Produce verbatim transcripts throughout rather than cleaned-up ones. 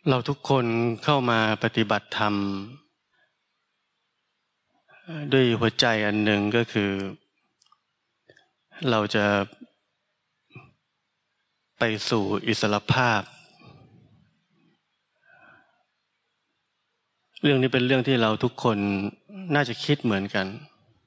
เราทุกคนเข้ามาปฏิบัติธรรมด้วยหัวใจอันหนึ่งก็คือเราจะไปสู่อิสรภาพเรื่องนี้เป็นเรื่องที่เราทุกคนน่าจะคิดเหมือนกัน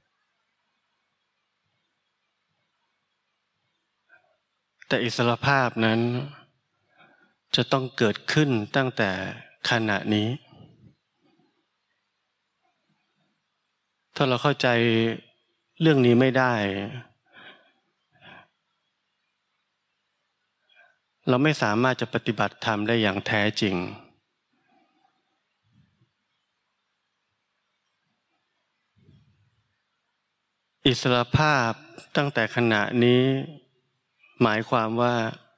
แต่อิสรภาพนั้นจะต้องเกิดขึ้นตั้งแต่ขณะนี้ถ้าเราเข้าใจเรื่องนี้ไม่ได้เราไม่สามารถจะปฏิบัติธรรมได้อย่างแท้จริงอิสรภาพตั้งแต่ขณะนี้หมายความว่า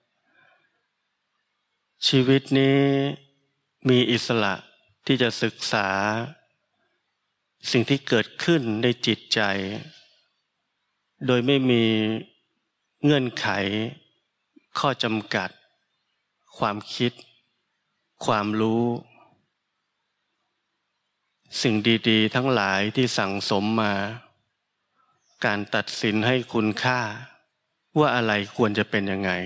ชีวิตนี้มีอิสระที่จะศึกษาสิ่งที่เกิดขึ้นในจิตใจโดยไม่มีเงื่อนไขข้อจำกัดความคิดความรู้สิ่งดีๆทั้งหลายที่สั่งสมมาการตัดสินให้คุณค่าว่าอะไรควรจะเป็นยังไง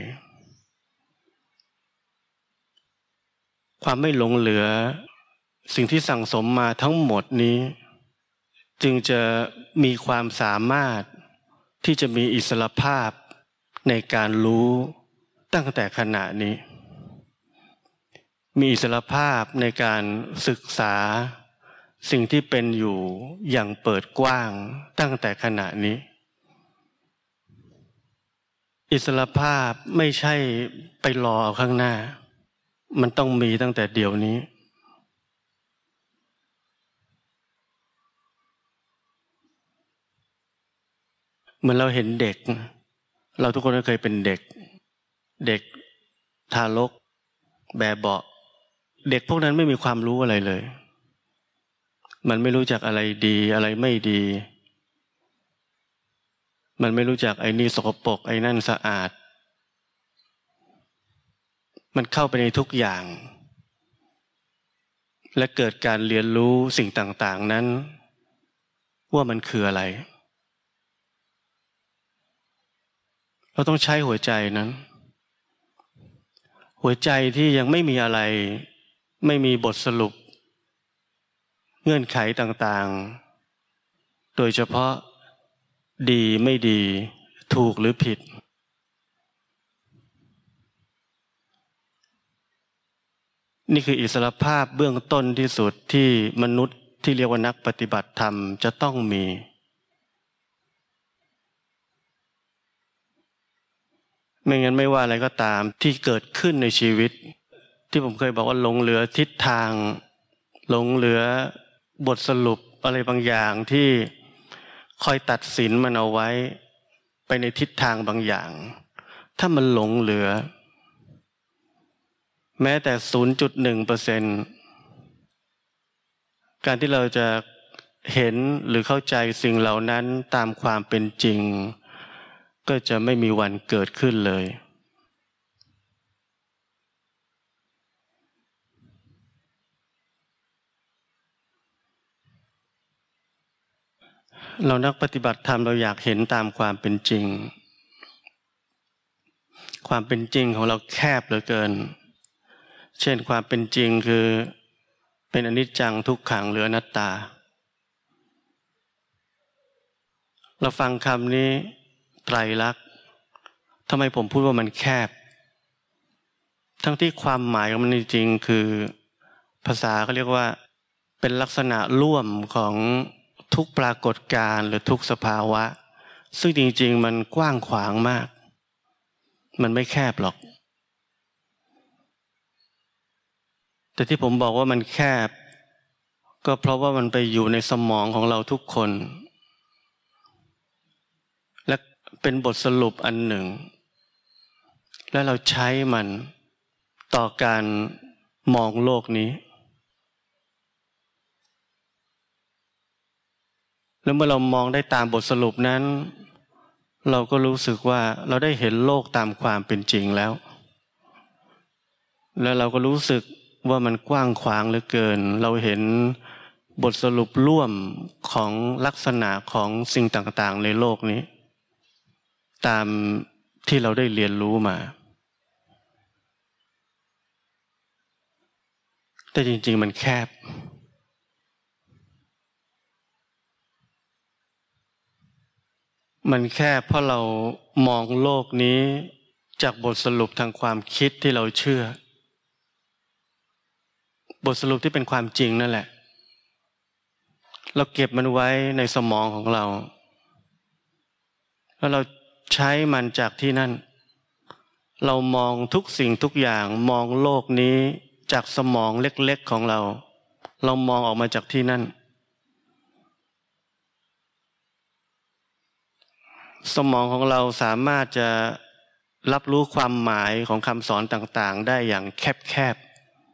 ความไม่หลงเหลือสิ่งที่สั่งสมมาทั้งหมดนี้จึงจะมีความสามารถที่จะมีอิสรภาพในการรู้ตั้งแต่ขณะนี้มีอิสรภาพในการศึกษาสิ่งที่เป็นอยู่อย่างเปิดกว้างตั้งแต่ขณะนี้อิสรภาพไม่ใช่ไปรอเอาข้างหน้ามันต้องมีตั้งแต่เดี๋ยวนี้เหมือนเราเห็นเด็กเราทุกคนก็เคยเป็นเด็กเด็กทารกแบเบาะเด็กพวกนั้นไม่มีความรู้อะไรเลยมันไม่รู้จักอะไรดีอะไรไม่ดีมันไม่รู้จักไอ้นี่สกปรกไอ้นั่นสะอาดมันเข้าไปในทุกอย่างและเกิดการเรียนรู้สิ่งต่างๆนั้นว่ามันคืออะไรเราต้องใช้หัวใจนั้นหัวใจที่ยังไม่มีอะไรไม่มีบทสรุปเงื่อนไขต่างๆโดยเฉพาะดีไม่ดีถูกหรือผิดนี่คืออิสรภาพเบื้องต้นที่สุดที่มนุษย์ที่เรียกว่านักปฏิบัติธรรมจะต้องมีไม่งั้นไม่ว่าอะไรก็ตามที่เกิดขึ้นในชีวิตที่ผมเคยบอกว่าหลงเหลือทิศทางหลงเหลือบทสรุปอะไรบางอย่างที่คอยตัดสินมันเอาไว้ไปในทิศทางบางอย่างถ้ามันหลงเหลือแม้แต่ ศูนย์จุดหนึ่งเปอร์เซ็นต์ การที่เราจะเห็นหรือเข้าใจสิ่งเหล่านั้นตามความเป็นจริงก็จะไม่มีวันเกิดขึ้นเลยเรานักปฏิบัติธรรมเราอยากเห็นตามความเป็นจริงความเป็นจริงของเราแคบเหลือเกินเช่นความเป็นจริงคือเป็นอนิจจังทุกขังหรืออนัตตาเราฟังคำนี้ไตรลักษณ์ทำไมผมพูดว่ามันแคบทั้งที่ความหมายของมันจริงๆคือภาษาเขาเรียกว่าเป็นลักษณะร่วมของทุกปรากฏการณ์หรือทุกสภาวะซึ่งจริงๆมันกว้างขวางมากมันไม่แคบหรอกแต่ที่ผมบอกว่ามันแคบก็เพราะว่ามันไปอยู่ในสมองของเราทุกคนและเป็นบทสรุปอันหนึ่งและเราใช้มันต่อการมองโลกนี้แล้วเมื่อเรามองได้ตามบทสรุปนั้นเราก็รู้สึกว่าเราได้เห็นโลกตามความเป็นจริงแล้วแล้วเราก็รู้สึกว่ามันกว้างขวางเหลือเกินเราเห็นบทสรุปร่วมของลักษณะของสิ่งต่างๆในโลกนี้ตามที่เราได้เรียนรู้มาแต่จริงๆมันแคบมันแคบเพราะเรามองโลกนี้จากบทสรุปทางความคิดที่เราเชื่อบทสรุปที่เป็นความจริงนั่นแหละเราเก็บมันไว้ในสมองของเราแล้วเราใช้มันจากที่นั่นเรามองทุกสิ่งทุกอย่างมองโลกนี้จากสมองเล็กๆของเราเรามองออกมาจากที่นั่นสมองของเราสามารถจะรับรู้ความหมายของคำสอนต่างๆได้อย่างแคบ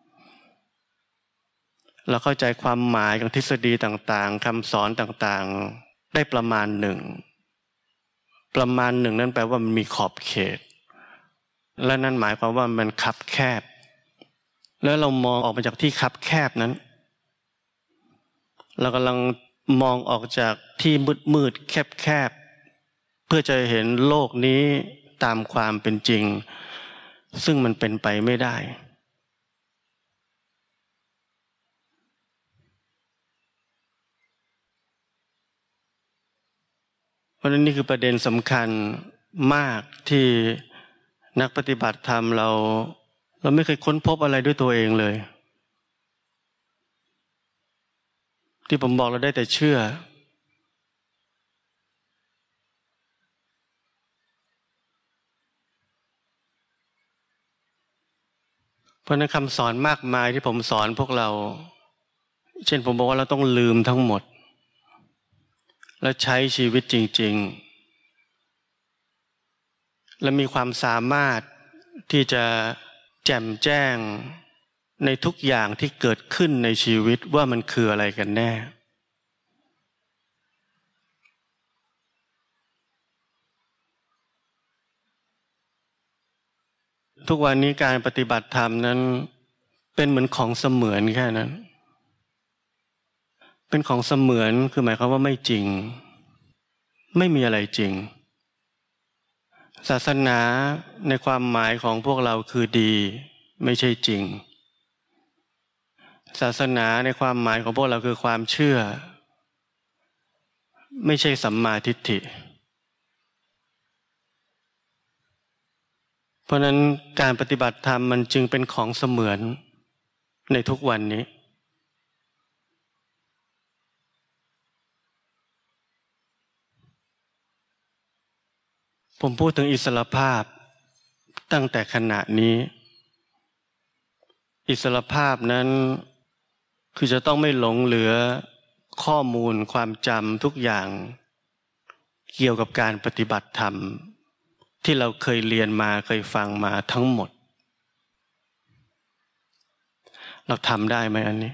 ๆเราเข้าใจความหมายของทฤษฎีต่างๆคำสอนต่างๆได้ประมาณหนึ่งประมาณหนึ่งนั้นแปลว่ามันมีขอบเขตและนั่นหมายความว่ามันคับแคบแล้วเรามองออกมาจากที่คับแคบนั้นเรากำลังมองออกจากที่มืดๆแคบๆเพื่อจะเห็นโลกนี้ตามความเป็นจริงซึ่งมันเป็นไปไม่ได้เพราะฉะนั้นนี่คือประเด็นสำคัญมากที่นักปฏิบัติธรรมเราเราไม่เคยค้นพบอะไรด้วยตัวเองเลยที่ผมบอกเราได้แต่เชื่อเพราะนั้นคำสอนมากมายที่ผมสอนพวกเราเช่นผมบอกว่าเราต้องลืมทั้งหมดและใช้ชีวิตจริงๆและมีความสามารถที่จะแจ่มแจ้งในทุกอย่างที่เกิดขึ้นในชีวิตว่ามันคืออะไรกันแน่ทุกวันนี้การปฏิบัติธรรมนั้นเป็นเหมือนของเสมือนแค่นั้นเป็นของเสมือนคือหมายความว่าไม่จริงไม่มีอะไรจริงศาสนาในความหมายของพวกเราคือดีไม่ใช่จริงศาสนาในความหมายของพวกเราคือความเชื่อไม่ใช่สัมมาทิฏฐิเพราะนั้นการปฏิบัติธรรมมันจึงเป็นของเสมือนในทุกวันนี้ผมพูดถึงอิสรภาพตั้งแต่ขณะนี้อิสรภาพนั้นคือจะต้องไม่หลงเหลือข้อมูลความจำทุกอย่างเกี่ยวกับการปฏิบัติธรรมที่เราเคยเรียนมาเคยฟังมาทั้งหมดเราทำได้ไหมอันนี้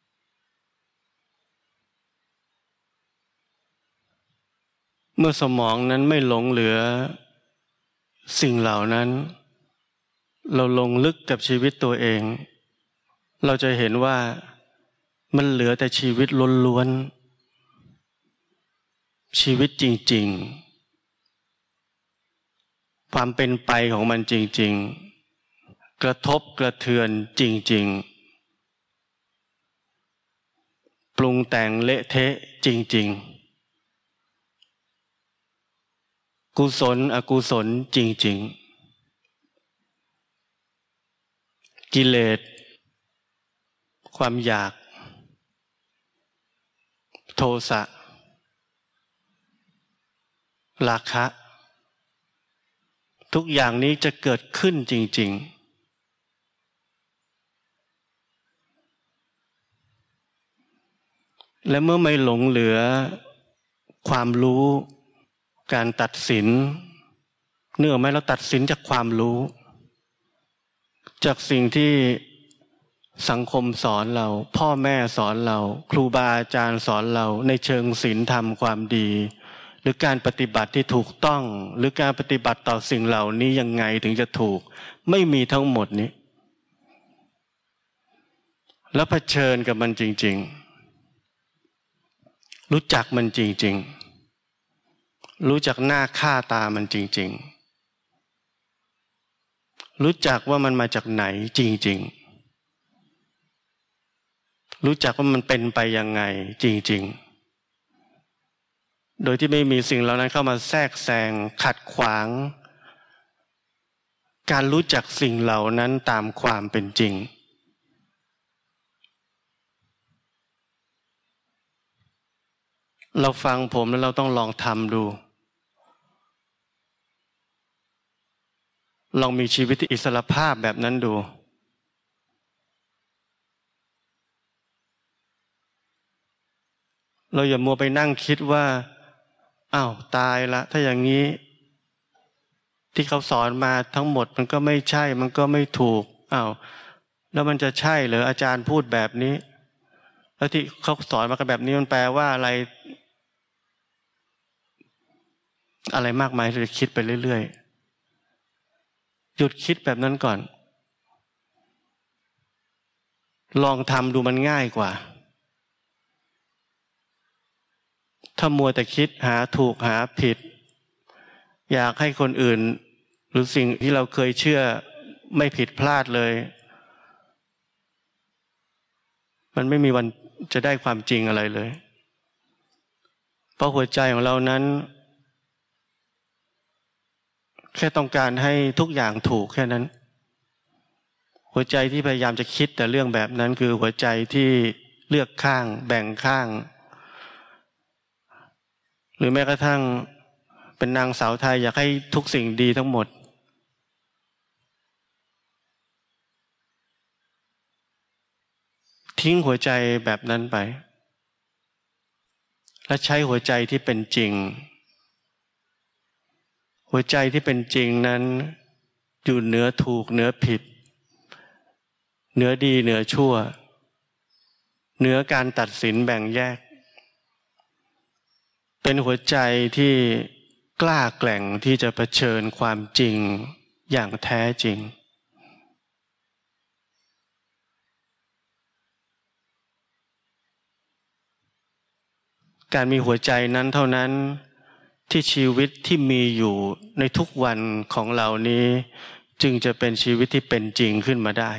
เมื่อสมองนั้นไม่หลงเหลือสิ่งเหล่านั้นเราลงลึกกับชีวิตตัวเองเราจะเห็นว่ามันเหลือแต่ชีวิตล้วนๆชีวิตจริงๆความเป็นไปของมันจริงๆกระทบกระเทือนจริงๆปรุงแต่งเละเทะจริงๆกุศลอกุศลจริงๆกิเลสความอยากโทสะราคะทุกอย่างนี้จะเกิดขึ้นจริงๆและเมื่อไม่หลงเหลือความรู้การตัดสินเนื่องไหมเราตัดสินจากความรู้จากสิ่งที่สังคมสอนเราพ่อแม่สอนเราครูบาอาจารย์สอนเราในเชิงศีลธรรมความดีหรือการปฏิบัติที่ถูกต้องหรือการปฏิบัติต่อสิ่งเหล่านี้ยังไงถึงจะถูกไม่มีทั้งหมดนี้แล้วเผชิญกับมันจริงๆรู้จักมันจริงๆรู้จักหน้าค่าตามันจริงๆรู้จักว่ามันมาจากไหนจริงๆรู้จักว่ามันเป็นไปยังไงจริงๆโดยที่ไม่มีสิ่งเหล่านั้นเข้ามาแทรกแซงขัดขวางการรู้จักสิ่งเหล่านั้นตามความเป็นจริงเราฟังผมแล้วเราต้องลองทำดูลองมีชีวิตที่อิสรภาพแบบนั้นดูเราอย่ามัวไปนั่งคิดว่าอ้าวตายละถ้าอย่างนี้ที่เขาสอนมาทั้งหมดมันก็ไม่ใช่มันก็ไม่ถูกอ้าวแล้วมันจะใช่เหรออาจารย์พูดแบบนี้แล้วที่เขาสอนมากันแบบนี้มันแปลว่าอะไรอะไรมากมายที่จะคิดไปเรื่อยๆหยุดคิดแบบนั้นก่อนลองทำดูมันง่ายกว่าถ้ามัวแต่คิดหาถูกหาผิดอยากให้คนอื่นหรือสิ่งที่เราเคยเชื่อไม่ผิดพลาดเลยมันไม่มีวันจะได้ความจริงอะไรเลยเพราะหัวใจของเรานั้นแค่ต้องการให้ทุกอย่างถูกแค่นั้นหัวใจที่พยายามจะคิดแต่เรื่องแบบนั้นคือหัวใจที่เลือกข้างแบ่งข้างหรือแม้กระทั่งเป็นนางสาวไทยอยากให้ทุกสิ่งดีทั้งหมดทิ้งหัวใจแบบนั้นไปและใช้หัวใจที่เป็นจริงหัวใจที่เป็นจริงนั้นอยู่เหนือถูกเหนือผิดเหนือดีเหนือชั่วเหนือการตัดสินแบ่งแยกเป็นหัวใจที่กล้าแกร่งที่จะเผชิญความจริงอย่างแท้จริงการมีหัวใจนั้นเท่านั้นที่ชีวิตที่มีอยู่ในทุกวันของเรานี้จึงจะเป็นชีวิตที่เป็นจริงขึ้นมาได้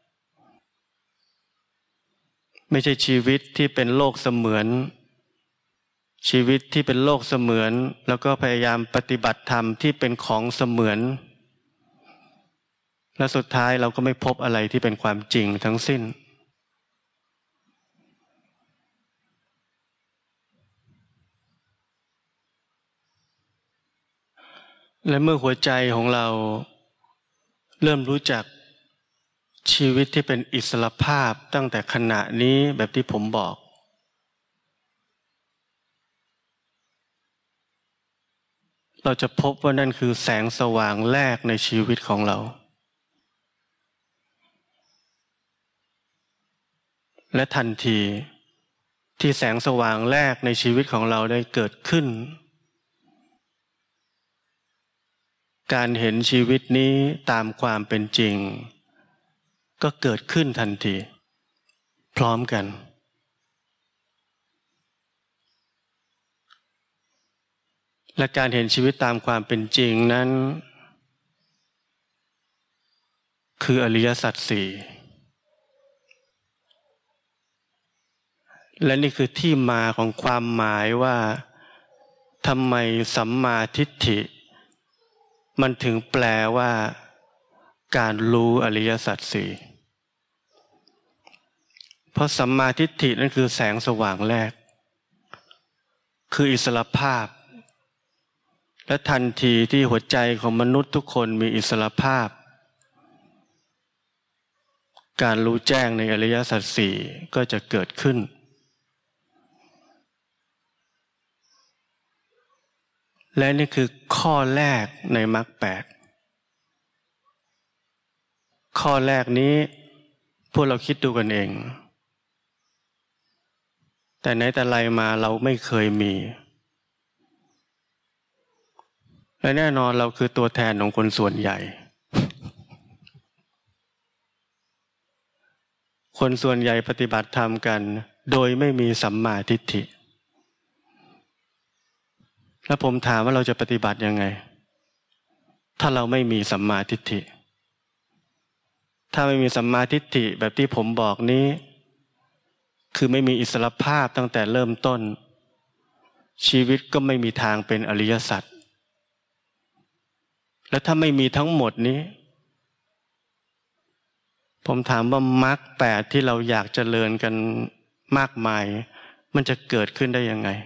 ไม่ใช่ชีวิตที่เป็นโลกเสมือนชีวิตที่เป็นโลกเสมือนแล้วก็พยายามปฏิบัติธรรมที่เป็นของเสมือนและสุดท้ายเราก็ไม่พบอะไรที่เป็นความจริงทั้งสิ้นและเมื่อหัวใจของเราเริ่มรู้จักชีวิตที่เป็นอิสรภาพตั้งแต่ขณะนี้แบบที่ผมบอกเราจะพบว่านั่นคือแสงสว่างแรกในชีวิตของเราและทันทีที่แสงสว่างแรกในชีวิตของเราได้เกิดขึ้นการเห็นชีวิตนี้ตามความเป็นจริงก็เกิดขึ้นทันทีพร้อมกันและการเห็นชีวิตตามความเป็นจริงนั้นคืออริยสัจสี่และนี่คือที่มาของความหมายว่าทำไมสัมมาทิฏฐิมันถึงแปลว่าการรู้อริยสัจสี่เพราะสัมมาทิฏฐินั่นคือแสงสว่างแรกคืออิสรภาพและทันทีที่หัวใจของมนุษย์ทุกคนมีอิสรภาพการรู้แจ้งในอริยสัจสี่ก็จะเกิดขึ้นและนี่คือข้อแรกในมรรคแปดข้อแรกนี้พวกเราคิดดูกันเองแต่ไหนแต่ไรมาเราไม่เคยมีและแน่นอนเราคือตัวแทนของคนส่วนใหญ่คนส่วนใหญ่ปฏิบัติธรรมกันโดยไม่มีสัมมาทิฏฐิแล้วผมถามว่าเราจะปฏิบัติยังไงถ้าเราไม่มีสัมมาทิฏฐิถ้าไม่มีสัมมาทิฏฐิแบบที่ผมบอกนี้คือไม่มีอิสรภาพตั้งแต่เริ่มต้นชีวิตก็ไม่มีทางเป็นอริยสัจและถ้าไม่มีทั้งหมดนี้ผมถามว่ามรรคแปดที่เราอยากเจริญกันมากมายมันจะเกิดขึ้นได้ยังไง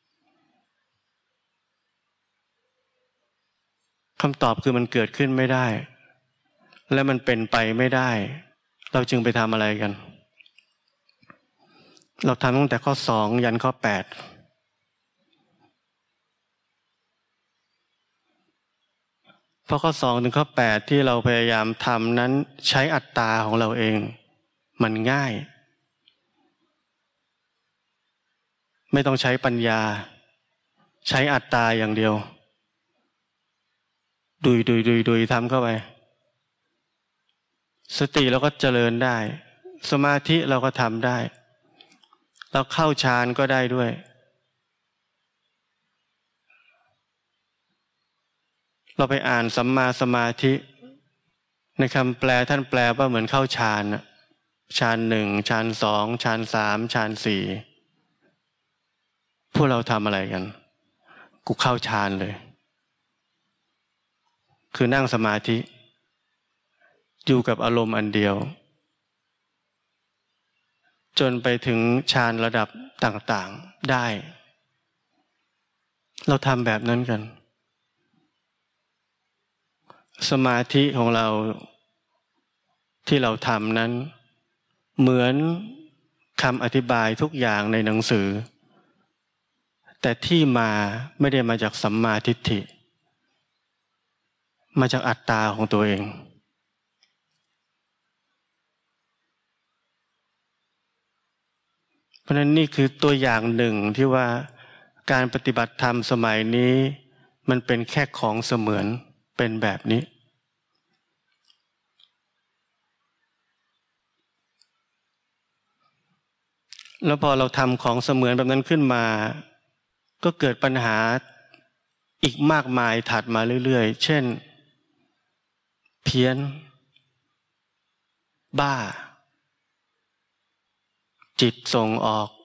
คำตอบคือมันเกิดขึ้นไม่ได้และมันเป็นไปไม่ได้เราจึงไปทำอะไรกันเราทำตั้งแต่ข้อสองยันข้อแปดเพราะข้อสองถึงข้อแปดที่เราพยายามทำนั้นใช้อัตตาของเราเองมันง่ายไม่ต้องใช้ปัญญาใช้อัตตาอย่างเดียวดุยดุยดุยดุยทำเข้าไปสติเราก็เจริญได้สมาธิเราก็ทำได้เราเข้าฌานก็ได้ด้วยเราไปอ่านสัมมาสมาธิในคำแปลท่านแปลว่าเหมือนเข้าฌานฌานหนึ่งฌานสองฌานสามฌานสี่พวกเราทำอะไรกันกูเข้าฌานเลยคือนั่งสมาธิอยู่กับอารมณ์อันเดียวจนไปถึงฌานระดับต่างๆได้เราทำแบบนั้นกันสมาธิของเราที่เราทำนั้นเหมือนคำอธิบายทุกอย่างในหนังสือแต่ที่มาไม่ได้มาจากสัมมาทิฏฐิมาจากอัตตาของตัวเองเพราะฉะนั้นนี่คือตัวอย่างหนึ่งที่ว่าการปฏิบัติธรรมสมัยนี้มันเป็นแค่ของเสมือนเป็นแบบนี้แล้วพอเราทำของเสมือนแบบนั้นขึ้นมาก็เกิดปัญหาอีกมากมายถัดมาเรื่อยๆเช่นเพี้ยนบ้าจิตส่งออก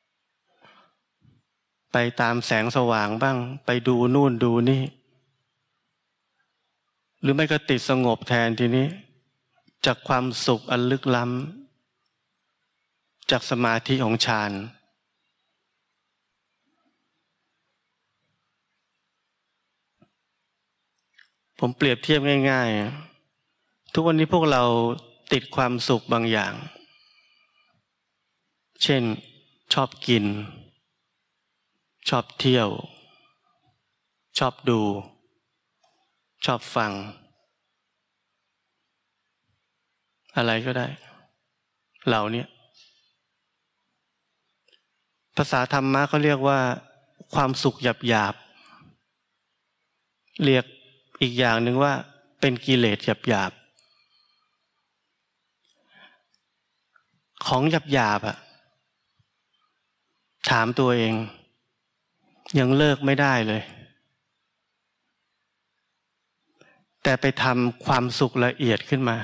ไปตามแสงสว่างบ้างไปดูนู่นดูนี่หรือไม่ก็ติดสงบแทนทีนี้จากความสุขอันลึกล้ำจากสมาธิของฌานผมเปรียบเทียบง่ายๆทุกวันนี้พวกเราติดความสุขบางอย่างเช่นชอบกินชอบเที่ยวชอบดูชอบฟังอะไรก็ได้เหล่านี้ภาษาธรรมะเขาเรียกว่าความสุขหยาบๆเรียกอีกอย่างหนึ่งว่าเป็นกิเลสหยาบๆของหยาบๆอะถามตัวเองยังเลิกไม่ได้เลยแต่ไปทำความสุขละเอียดขึ้นมา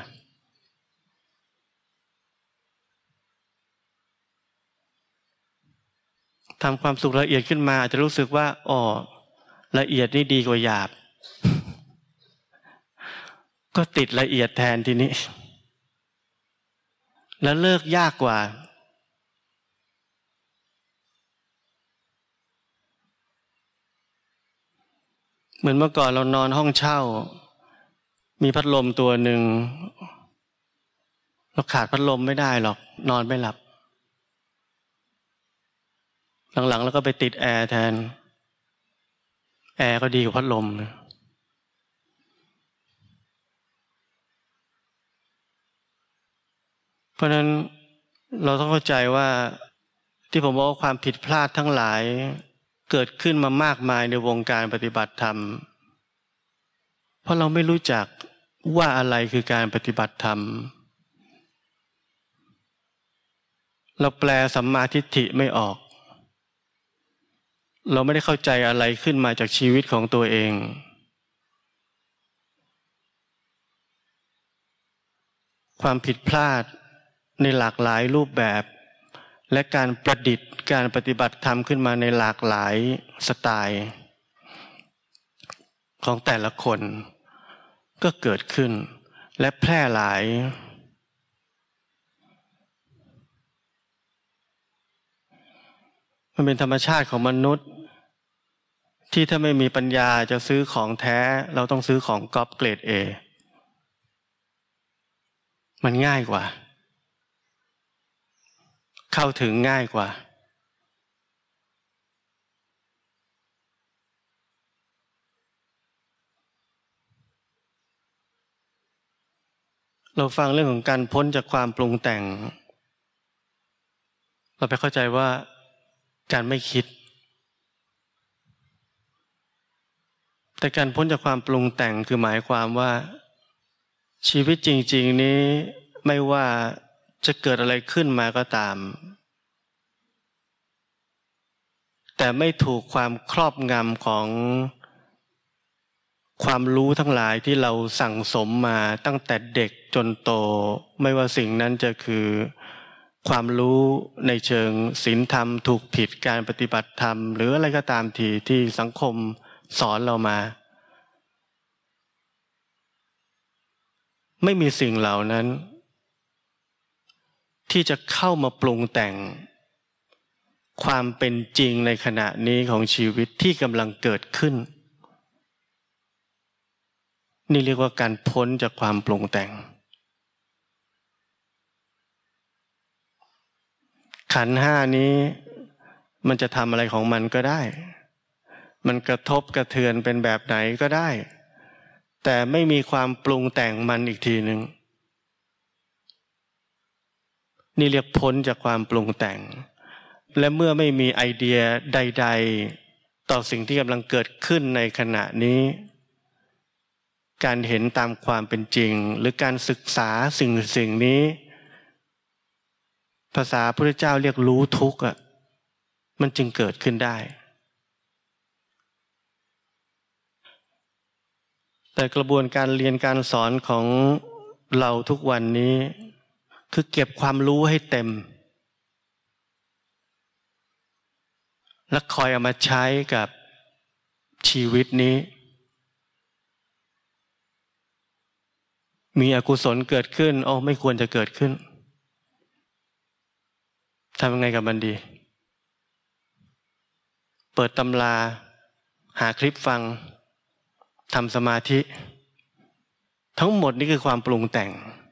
ทำความสุขละเอียดขึ้นมาอาจจะรู้สึกว่าอ๋อละเอียดนี่ดีกว่าหยาบก็ติดละเอียดแทนทีนี้แล้วเลิกยากกว่าเหมือนเมื่อก่อนเรานอนห้องเช่ามีพัดลมตัวหนึ่งเราขาดพัดลมไม่ได้หรอกนอนไม่หลับหลังๆแล้วก็ไปติดแอร์แทนแอร์ก็ดีกว่าพัดลมเพราะนั้นเราต้องเข้าใจว่าที่ผมบอกว่าความผิดพลาดทั้งหลายเกิดขึ้นมามากมายในวงการปฏิบัติธรรมเพราะเราไม่รู้จักว่าอะไรคือการปฏิบัติธรรมเราแปลสัมมาทิฏฐิไม่ออกเราไม่ได้เข้าใจอะไรขึ้นมาจากชีวิตของตัวเองความผิดพลาดในหลากหลายรูปแบบและการประดิษฐ์การปฏิบัติธรรมขึ้นมาในหลากหลายสไตล์ของแต่ละคนก็เกิดขึ้นและแพร่หลายมันเป็นธรรมชาติของมนุษย์ที่ถ้าไม่มีปัญญาจะซื้อของแท้เราต้องซื้อของก๊อปเกรด เอ มันง่ายกว่าเข้าถึงง่ายกว่าเราฟังเรื่องของการพ้นจากความปรุงแต่งเราไปเข้าใจว่าการไม่คิดแต่การพ้นจากความปรุงแต่งคือหมายความว่าชีวิตจริงๆนี้ไม่ว่าจะเกิดอะไรขึ้นมาก็ตามแต่ไม่ถูกความครอบงำของความรู้ทั้งหลายที่เราสั่งสมมาตั้งแต่เด็กจนโตไม่ว่าสิ่งนั้นจะคือความรู้ในเชิงศีลธรรมถูกผิดการปฏิบัติธรรมหรืออะไรก็ตามทีที่สังคมสอนเรามาไม่มีสิ่งเหล่านั้นที่จะเข้ามาปรุงแต่งความเป็นจริงในขณะนี้ของชีวิตที่กำลังเกิดขึ้นนี่เรียกว่าการพ้นจากความปรุงแต่งขันธ์ห้านี้มันจะทำอะไรของมันก็ได้มันกระทบกระเทือนเป็นแบบไหนก็ได้แต่ไม่มีความปรุงแต่งมันอีกทีหนึ่งนี่เรียกพ้นจากความปรุงแต่งและเมื่อไม่มีไอเดียใดๆต่อสิ่งที่กำลังเกิดขึ้นในขณะนี้การเห็นตามความเป็นจริงหรือการศึกษาสิ่งสิ่งนี้ภาษาพระพุทธเจ้าเรียกรู้ทุกข์อ่ะมันจึงเกิดขึ้นได้แต่กระบวนการเรียนการสอนของเราทุกวันนี้คือเก็บความรู้ให้เต็มและคอยเอามาใช้กับชีวิตนี้มีอกุศลเกิดขึ้นอ๋อไม่ควรจะเกิดขึ้นทำยังไงกับมันดีเปิดตำราหาคลิปฟังทำสมาธิทั้งหมดนี่คือความปรุงแต่ง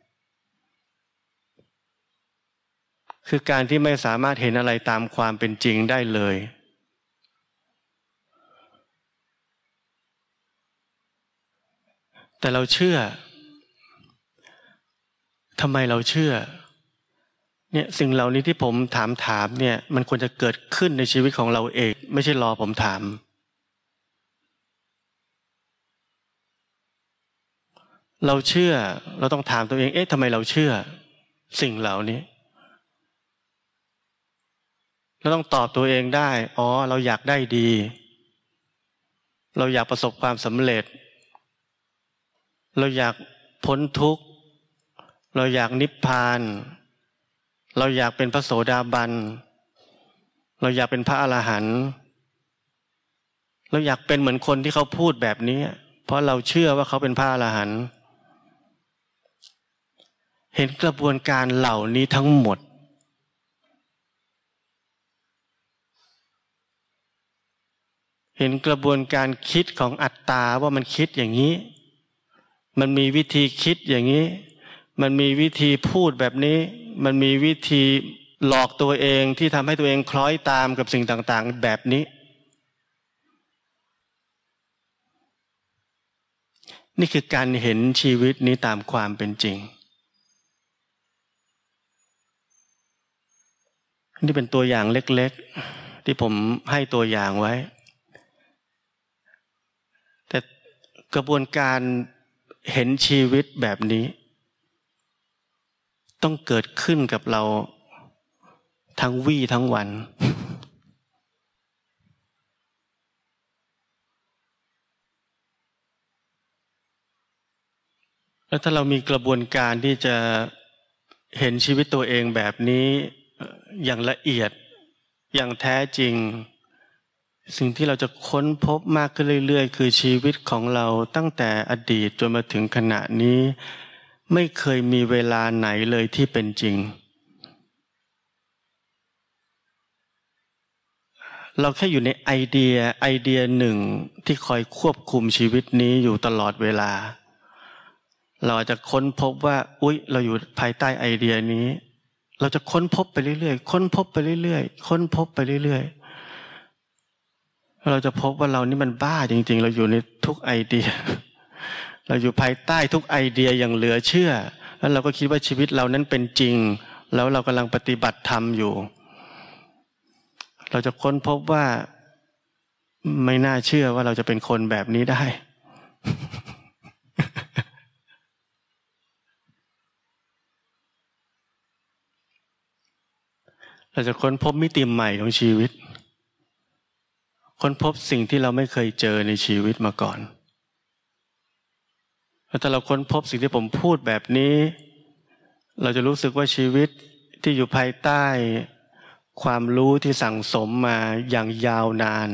คือการที่ไม่สามารถเห็นอะไรตามความเป็นจริงได้เลยแต่เราเชื่อทำไมเราเชื่อเนี่ยสิ่งเหล่านี้ที่ผมถามถามเนี่ยมันควรจะเกิดขึ้นในชีวิตของเราเองไม่ใช่รอผมถามเราเชื่อเราต้องถามตัวเองเอ๊ะทำไมเราเชื่อสิ่งเหล่านี้เราต้องตอบตัวเองได้อ๋อเราอยากได้ดีเราอยากประสบความสำเร็จเราอยากพ้นทุกข์เราอยากนิพพานเราอยากเป็นพระโสดาบันเราอยากเป็นพระอรหันต์เราอยากเป็นเหมือนคนที่เขาพูดแบบนี้เพราะเราเชื่อว่าเขาเป็นพระอรหันต์เห็นกระบวนการเหล่านี้ทั้งหมดเห็นกระบวนการคิดของอัตตาว่ามันคิดอย่างนี้มันมีวิธีคิดอย่างนี้มันมีวิธีพูดแบบนี้มันมีวิธีหลอกตัวเองที่ทำให้ตัวเองคล้อยตามกับสิ่งต่างๆแบบนี้นี่คือการเห็นชีวิตนี้ตามความเป็นจริงนี่เป็นตัวอย่างเล็กๆที่ผมให้ตัวอย่างไว้แต่กระบวนการเห็นชีวิตแบบนี้ต้องเกิดขึ้นกับเราทั้งวี่ทั้งวันแล้วถ้าเรามีกระบวนการที่จะเห็นชีวิตตัวเองแบบนี้อย่างละเอียดอย่างแท้จริงสิ่งที่เราจะค้นพบมากขึ้นเรื่อยๆคือชีวิตของเราตั้งแต่อดีตจนมาถึงขณะนี้ไม่เคยมีเวลาไหนเลยที่เป็นจริงเราแค่อยู่ในไอเดียไอเดียหนึ่งที่คอยควบคุมชีวิตนี้อยู่ตลอดเวลาเราอาจจะค้นพบว่าอุ๊ยเราอยู่ภายใต้ไอเดียนี้เราจะค้นพบไปเรื่อยๆค้นพบไปเรื่อยๆค้นพบไปเรื่อยๆเราจะพบว่าเรานี่มันบ้าจริงๆเราอยู่ในทุกไอเดียเราอยู่ภายใต้ทุกไอเดียอย่างเหลือเชื่อแล้วเราก็คิดว่าชีวิตเรานั้นเป็นจริงแล้วเรากำลังปฏิบัติธรรมอยู่เราจะค้นพบว่าไม่น่าเชื่อว่าเราจะเป็นคนแบบนี้ได้ เราจะค้นพบมิติใหม่ของชีวิตค้นพบสิ่งที่เราไม่เคยเจอในชีวิตมาก่อนแล้วถ้าเราค้นพบสิ่งที่ผมพูดแบบนี้เราจะรู้สึกว่าชีวิตที่อยู่ภายใต้ความรู้ที่สั่งสมมาอย่างยาวนาน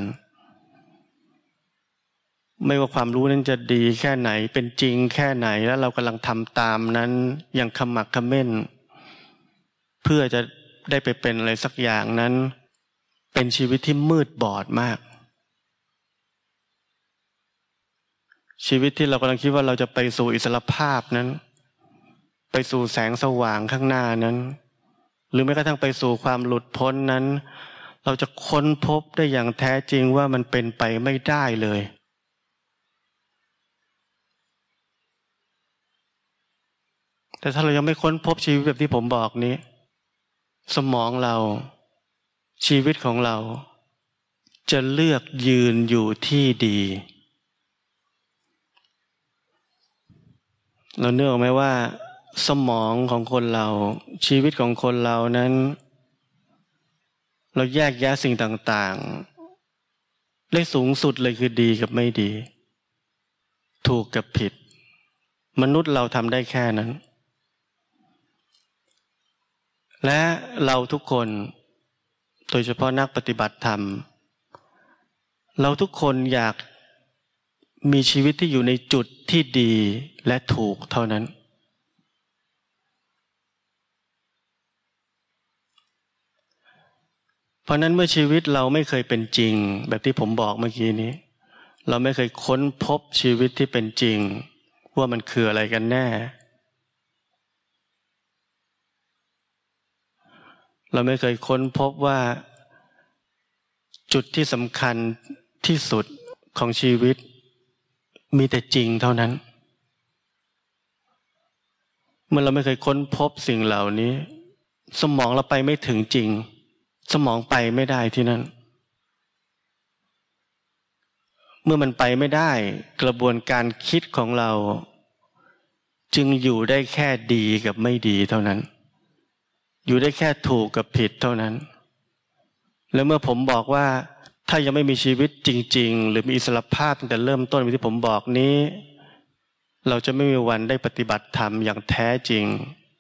ไม่ว่าความรู้นั้นจะดีแค่ไหนเป็นจริงแค่ไหนแล้วเรากำลังทำตามนั้นอย่างขมักเขม้นเพื่อจะได้ไปเป็นอะไรสักอย่างนั้นเป็นชีวิตที่มืดบอดมากชีวิตที่เรากำลังคิดว่าเราจะไปสู่อิสรภาพนั้นไปสู่แสงสว่างข้างหน้านั้นหรือแม้กระทั่งไปสู่ความหลุดพ้นนั้นเราจะค้นพบได้อย่างแท้จริงว่ามันเป็นไปไม่ได้เลยแต่ถ้าเรายังไม่ค้นพบชีวิตแบบที่ผมบอกนี้สมองเราชีวิตของเราจะเลือกยืนอยู่ที่ดีเราเนื่องไหมว่าสมองของคนเราชีวิตของคนเรานั้นเราแยกแยะสิ่งต่างๆได้สูงสุดเลยคือดีกับไม่ดีถูกกับผิดมนุษย์เราทำได้แค่นั้นและเราทุกคนโดยเฉพาะนักปฏิบัติธรรมเราทุกคนอยากมีชีวิตที่อยู่ในจุดที่ดีและถูกเท่านั้นเพราะนั้นเมื่อชีวิตเราไม่เคยเป็นจริงแบบที่ผมบอกเมื่อกี้นี้เราไม่เคยค้นพบชีวิตที่เป็นจริงว่ามันคืออะไรกันแน่เราไม่เคยค้นพบว่าจุดที่สำคัญที่สุดของชีวิตมีแต่จริงเท่านั้นเมื่อเราไม่เคยค้นพบสิ่งเหล่านี้สมองเราไปไม่ถึงจริงสมองไปไม่ได้ที่นั่นเมื่อมันไปไม่ได้กระบวนการคิดของเราจึงอยู่ได้แค่ดีกับไม่ดีเท่านั้นอยู่ได้แค่ถูกกับผิดเท่านั้นแล้วเมื่อผมบอกว่าถ้ายังไม่มีชีวิตจริงๆหรือมีอิสรภาพตั้งแต่เริ่มต้นที่ผมบอกนี้เราจะไม่มีวันได้ปฏิบัติธรรมอย่างแท้จริง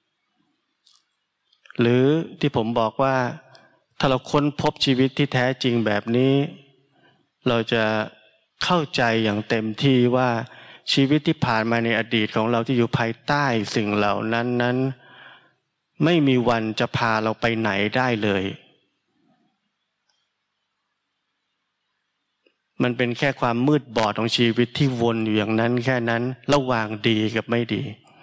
หรือที่ผมบอกว่าถ้าเราค้นพบชีวิตที่แท้จริงแบบนี้เราจะเข้าใจอย่างเต็มที่ว่าชีวิตที่ผ่านมาในอดีตของเราที่อยู่ภายใต้สิ่งเหล่านั้นนั้นไม่มีวันจะพาเราไปไหนได้เลยมันเป็นแค่ความมืดบอดของชีวิตที่วนอยู่อย่างนั้นแค่นั้นระหว่างดีกับไม่ดี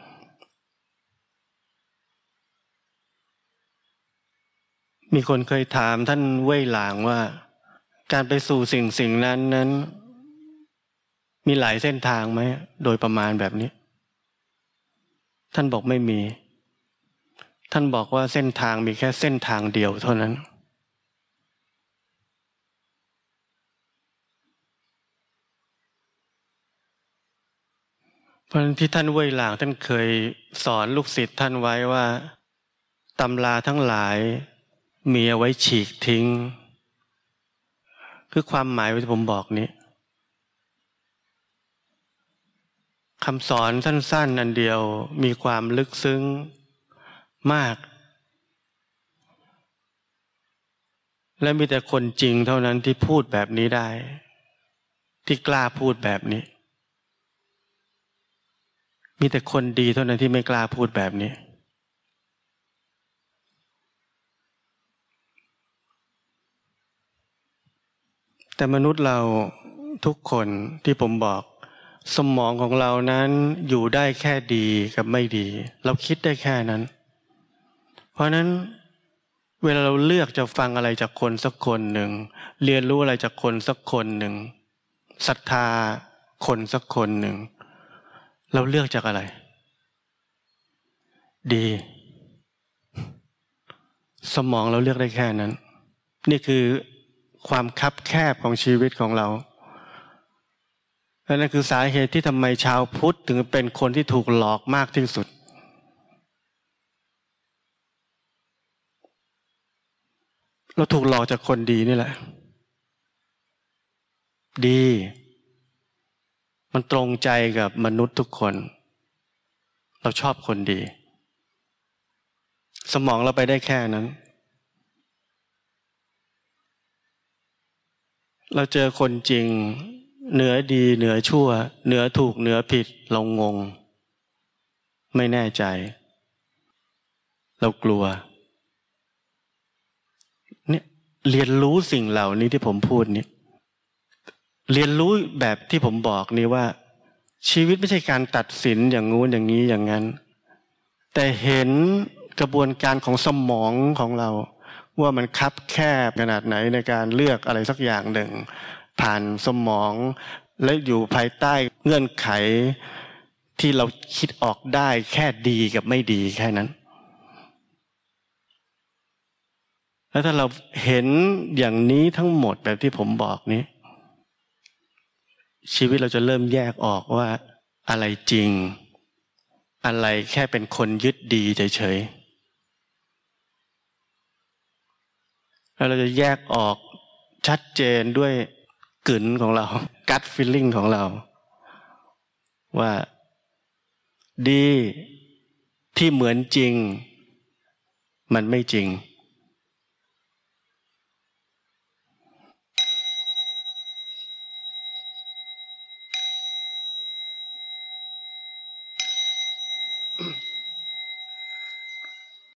มีคนเคยถามท่านเว่ยหลางว่าการไปสู่สิ่งสิ่งนั้นนั้นมีหลายเส้นทางไหมโดยประมาณแบบนี้ท่านบอกไม่มีท่านบอกว่าเส้นทางมีแค่เส้นทางเดียวเท่านั้นเพราะที่ท่านเว่ยหลางท่านเคยสอนลูกศิษย์ท่านไว้ว่าตำราทั้งหลายมีเอาไว้ฉีกทิ้งคือความหมายที่ผมบอกนี้คำสอนสั้นๆอันเดียวมีความลึกซึ้งมากและมีแต่คนจริงเท่านั้นที่พูดแบบนี้ได้ที่กล้าพูดแบบนี้มีแต่คนดีเท่านั้นที่ไม่กล้าพูดแบบนี้แต่มนุษย์เราทุกคนที่ผมบอกสมองของเรานั้นอยู่ได้แค่ดีกับไม่ดีเราคิดได้แค่นั้นเพราะนั้นเวลาเราเลือกจะฟังอะไรจากคนสักคนหนึ่งเรียนรู้อะไรจากคนสักคนหนึ่งศรัทธาคนสักคนหนึ่งเราเลือกจากอะไรดีสมองเราเลือกได้แค่นั้นนี่คือความคับแคบของชีวิตของเราและนั่นคือสาเหตุที่ทำไมชาวพุทธถึงเป็นคนที่ถูกหลอกมากที่สุดเราถูกหลอกจากคนดีนี่แหละดีมันตรงใจกับมนุษย์ทุกคนเราชอบคนดีสมองเราไปได้แค่นั้นเราเจอคนจริงเหนือดีเหนือชั่วเหนือถูกเหนือผิดเรางงไม่แน่ใจเรากลัวเนี่ยเรียนรู้สิ่งเหล่านี้ที่ผมพูดนี้เรียนรู้แบบที่ผมบอกนี้ว่าชีวิตไม่ใช่การตัดสินอย่างงู้นอย่างนี้อย่างนั้นแต่เห็นกระบวนการของสมองของเราว่ามันคับแคบขนาดไหนในการเลือกอะไรสักอย่างหนึ่งผ่านสมองและอยู่ภายใต้เงื่อนไขที่เราคิดออกได้แค่ดีกับไม่ดีแค่นั้นแล้วถ้าเราเห็นอย่างนี้ทั้งหมดแบบที่ผมบอกนี้ชีวิตเราจะเริ่มแยกออกว่าอะไรจริงอะไรแค่เป็นคนยึดดีเฉยๆแล้วเราจะแยกออกชัดเจนด้วยกึ๋นของเรากัตฟีลลิ่งของเราว่าดีที่เหมือนจริงมันไม่จริง